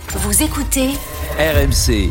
Vous écoutez RMC.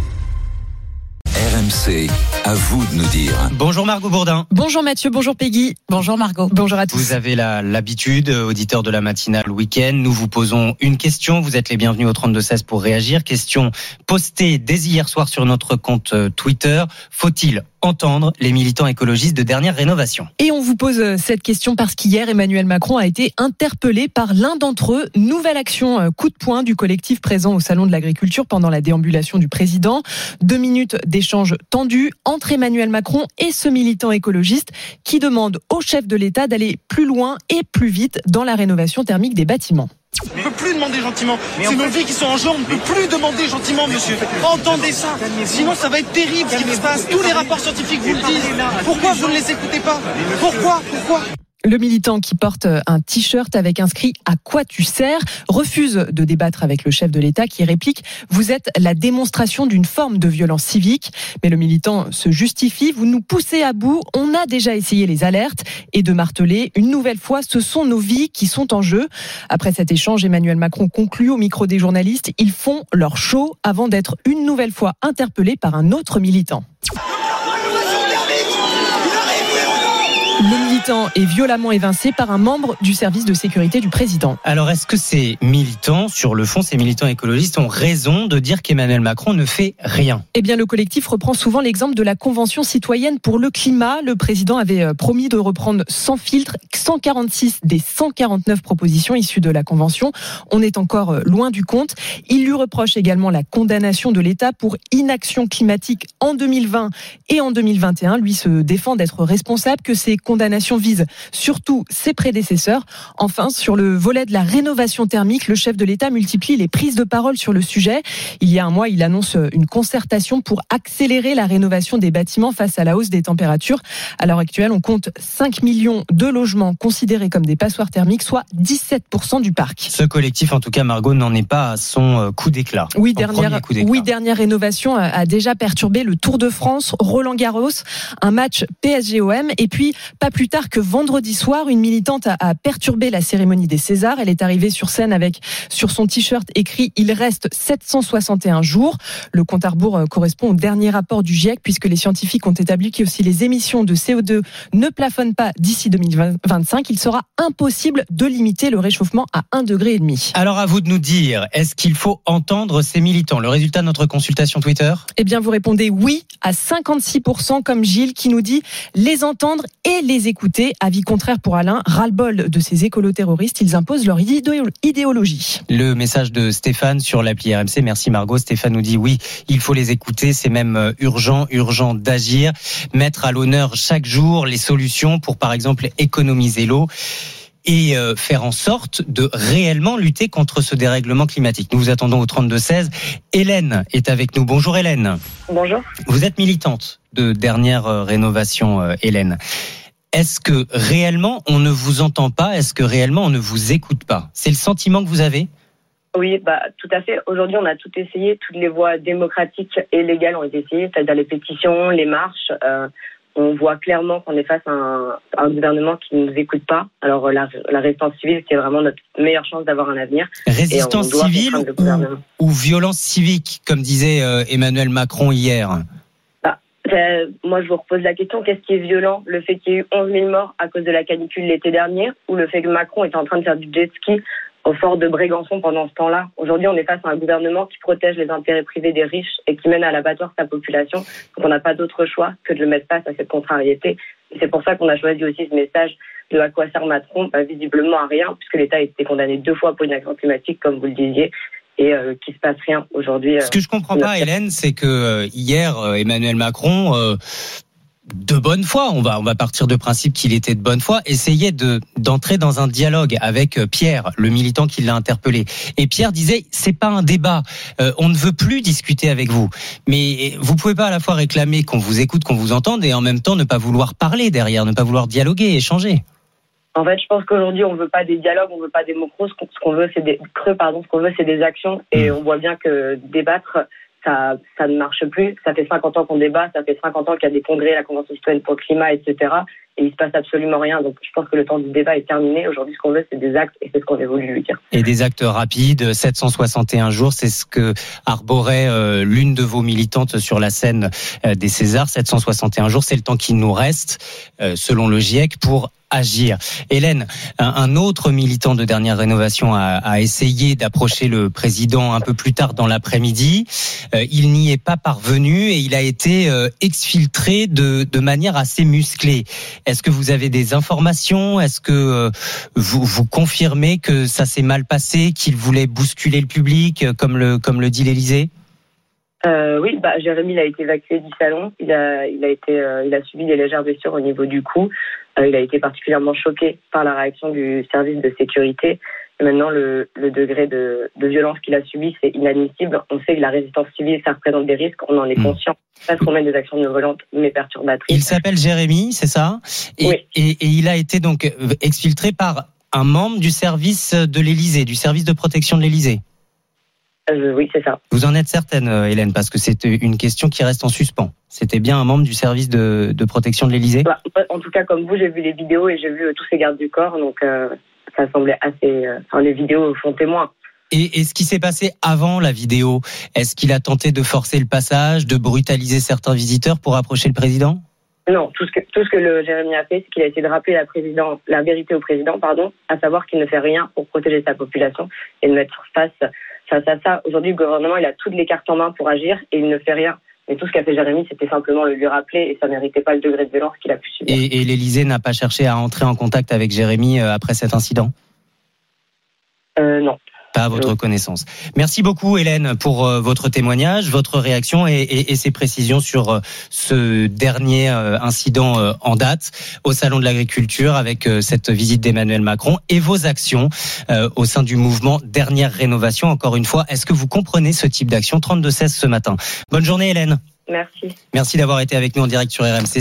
RMC, à vous de nous dire. Bonjour Margot Bourdin. Bonjour Mathieu, bonjour Peggy. Bonjour Margot. Bonjour à tous. Vous avez l'habitude, auditeur de la matinale week-end. Nous vous posons une question. Vous êtes les bienvenus au 32-16 pour réagir. Question postée dès hier soir sur notre compte Twitter. Faut-il entendre les militants écologistes de dernière rénovation? Et on vous pose cette question parce qu'hier, Emmanuel Macron a été interpellé par l'un d'entre eux. Nouvelle action coup de poing du collectif présent au Salon de l'Agriculture pendant la déambulation du président. 2 minutes d'échange tendu entre Emmanuel Macron et ce militant écologiste qui demande au chef de l'État d'aller plus loin et plus vite dans la rénovation thermique des bâtiments. On ne peut plus demander gentiment. C'est nos vies qui sont en jeu. On ne peut plus demander gentiment, monsieur. Entendez ça. Sinon, ça va être terrible ce qui se passe. Tous les rapports scientifiques vous le disent. Pourquoi vous ne les écoutez pas? Pourquoi? Le militant qui porte un t-shirt avec inscrit « À quoi tu sers ?» refuse de débattre avec le chef de l'État qui réplique « Vous êtes la démonstration d'une forme de violence civique ». Mais le militant se justifie « Vous nous poussez à bout, on a déjà essayé les alertes » et de marteler une nouvelle fois « Ce sont nos vies qui sont en jeu ». Après cet échange, Emmanuel Macron conclut au micro des journalistes « Ils font leur show » avant d'être une nouvelle fois interpellé par un autre militant. Le militant est violemment évincé par un membre du service de sécurité du président. Alors, est-ce que ces militants, sur le fond, ces militants écologistes ont raison de dire qu'Emmanuel Macron ne fait rien? Eh bien, le collectif reprend souvent l'exemple de la Convention citoyenne pour le climat. Le président avait promis de reprendre sans filtre 146 des 149 propositions issues de la Convention. On est encore loin du compte. Il lui reproche également la condamnation de l'État pour inaction climatique en 2020 et en 2021. Lui se défend d'être responsable, que ces condamnation vise surtout ses prédécesseurs. Enfin, sur le volet de la rénovation thermique, le chef de l'État multiplie les prises de parole sur le sujet. Il y a un mois, il annonce une concertation pour accélérer la rénovation des bâtiments face à la hausse des températures. À l'heure actuelle, on compte 5 millions de logements considérés comme des passoires thermiques, soit 17% du parc. Ce collectif, en tout cas, Margot, n'en est pas à son coup d'éclat. Dernière rénovation a déjà perturbé le Tour de France, Roland-Garros, un match PSG-OM et puis pas plus tard que vendredi soir, une militante a perturbé la cérémonie des Césars. Elle est arrivée sur scène avec, sur son t-shirt, écrit « Il reste 761 jours ». Le compte à rebours correspond au dernier rapport du GIEC, puisque les scientifiques ont établi que si les émissions de CO2 ne plafonnent pas d'ici 2025, il sera impossible de limiter le réchauffement à 1,5 degré. Alors, à vous de nous dire, est-ce qu'il faut entendre ces militants? Le résultat de notre consultation Twitter? Eh bien, vous répondez oui à 56%, comme Gilles qui nous dit les entendre et les écouter. Avis contraire pour Alain, ras-le-bol de ces écolo-terroristes, ils imposent leur idéologie. Le message de Stéphane sur l'appli RMC, merci Margot. Stéphane nous dit oui, il faut les écouter, c'est même urgent d'agir, mettre à l'honneur chaque jour les solutions pour par exemple économiser l'eau et faire en sorte de réellement lutter contre ce dérèglement climatique. Nous vous attendons au 32-16. Hélène est avec nous. Bonjour Hélène. Bonjour. Vous êtes militante de dernière rénovation, Hélène. Est-ce que réellement on ne vous entend pas? Est-ce que réellement on ne vous écoute pas? C'est le sentiment que vous avez? Oui, tout à fait. Aujourd'hui, on a tout essayé. Toutes les voies démocratiques et légales ont été essayées, c'est-à-dire les pétitions, les marches. On voit clairement qu'on est face à un gouvernement qui ne nous écoute pas. Alors, la résistance civile, c'est vraiment notre meilleure chance d'avoir un avenir. Résistance civile ou violence civique, comme disait Emmanuel Macron hier? Moi, je vous repose la question, qu'est-ce qui est violent? Le fait qu'il y ait eu 11 000 morts à cause de la canicule l'été dernier, ou le fait que Macron était en train de faire du jet ski au fort de Brégançon pendant ce temps-là? Aujourd'hui, on est face à un gouvernement qui protège les intérêts privés des riches et qui mène à l'abattoir sa population. Donc on n'a pas d'autre choix que de le mettre face à cette contrariété. Et c'est pour ça qu'on a choisi aussi ce message de à quoi sert Macron, visiblement à rien, puisque l'État a été condamné 2 fois pour une action climatique, comme vous le disiez. Et qu'il se passe rien aujourd'hui. Ce que je comprends pas, Hélène, c'est que hier, Emmanuel Macron, de bonne foi, on va partir de principe qu'il était de bonne foi, essayait d'entrer dans un dialogue avec Pierre, le militant qui l'a interpellé. Et Pierre disait, c'est pas un débat, on ne veut plus discuter avec vous. Mais vous pouvez pas à la fois réclamer qu'on vous écoute, qu'on vous entende, et en même temps ne pas vouloir parler derrière, ne pas vouloir dialoguer, échanger. En fait, je pense qu'aujourd'hui, on veut pas des dialogues, on veut pas des mots creux. Ce qu'on veut, c'est des actions. Et on voit bien que débattre, ça ne marche plus. Ça fait 50 ans qu'on débat, ça fait 50 ans qu'il y a des congrès, la Convention citoyenne pour le climat, etc. Et il se passe absolument rien. Donc je pense que le temps du débat est terminé. Aujourd'hui, ce qu'on veut, c'est des actes, et c'est ce qu'on a voulu lui dire. Et des actes rapides, 761 jours, c'est ce que arborait l'une de vos militantes sur la scène des Césars. 761 jours, c'est le temps qu'il nous reste, selon le GIEC, pour agir. Hélène, un autre militant de Dernière Rénovation a essayé d'approcher le président un peu plus tard dans l'après-midi. Il n'y est pas parvenu et il a été exfiltré de manière assez musclée. Est-ce que vous avez des informations ? Est-ce que vous confirmez que ça s'est mal passé, qu'il voulait bousculer le public, comme le dit l'Élysée ? Oui, Jérémy il a été évacué du salon. Il a subi des légères blessures au niveau du cou. Il a été particulièrement choqué par la réaction du service de sécurité. Et maintenant, le degré de violence qu'il a subi, c'est inadmissible. On sait que la résistance civile, ça représente des risques. On en est conscient. Parce qu'on mène des actions non violentes, mais perturbatrices. Il s'appelle Jérémy, c'est ça ? Oui. Et il a été donc exfiltré par un membre du service de l'Élysée, du service de protection de l'Élysée. Oui, c'est ça. Vous en êtes certaine, Hélène, parce que c'est une question qui reste en suspens. C'était bien un membre du service de protection de l'Élysée ? En tout cas, comme vous, j'ai vu les vidéos et j'ai vu tous ces gardes du corps, donc ça semblait assez... les vidéos font témoin. Et ce qui s'est passé avant la vidéo, est-ce qu'il a tenté de forcer le passage, de brutaliser certains visiteurs pour approcher le président ? Non, tout ce que le Jérémy a fait, c'est qu'il a essayé de rappeler la vérité au président, à savoir qu'il ne fait rien pour protéger sa population et de mettre face à ça. Aujourd'hui, le gouvernement, il a toutes les cartes en main pour agir et il ne fait rien. Mais tout ce qu'a fait Jérémy, c'était simplement le lui rappeler et ça méritait pas le degré de violence qu'il a pu subir. Et l'Élysée n'a pas cherché à entrer en contact avec Jérémy après cet incident ? Non. Pas à votre connaissance. Merci beaucoup Hélène pour votre témoignage, votre réaction et ces précisions sur ce dernier incident en date au Salon de l'Agriculture avec cette visite d'Emmanuel Macron et vos actions au sein du mouvement Dernière Rénovation. Encore une fois, est-ce que vous comprenez ce type d'action ? 32-16 ce matin. Bonne journée Hélène. Merci. Merci d'avoir été avec nous en direct sur RMC.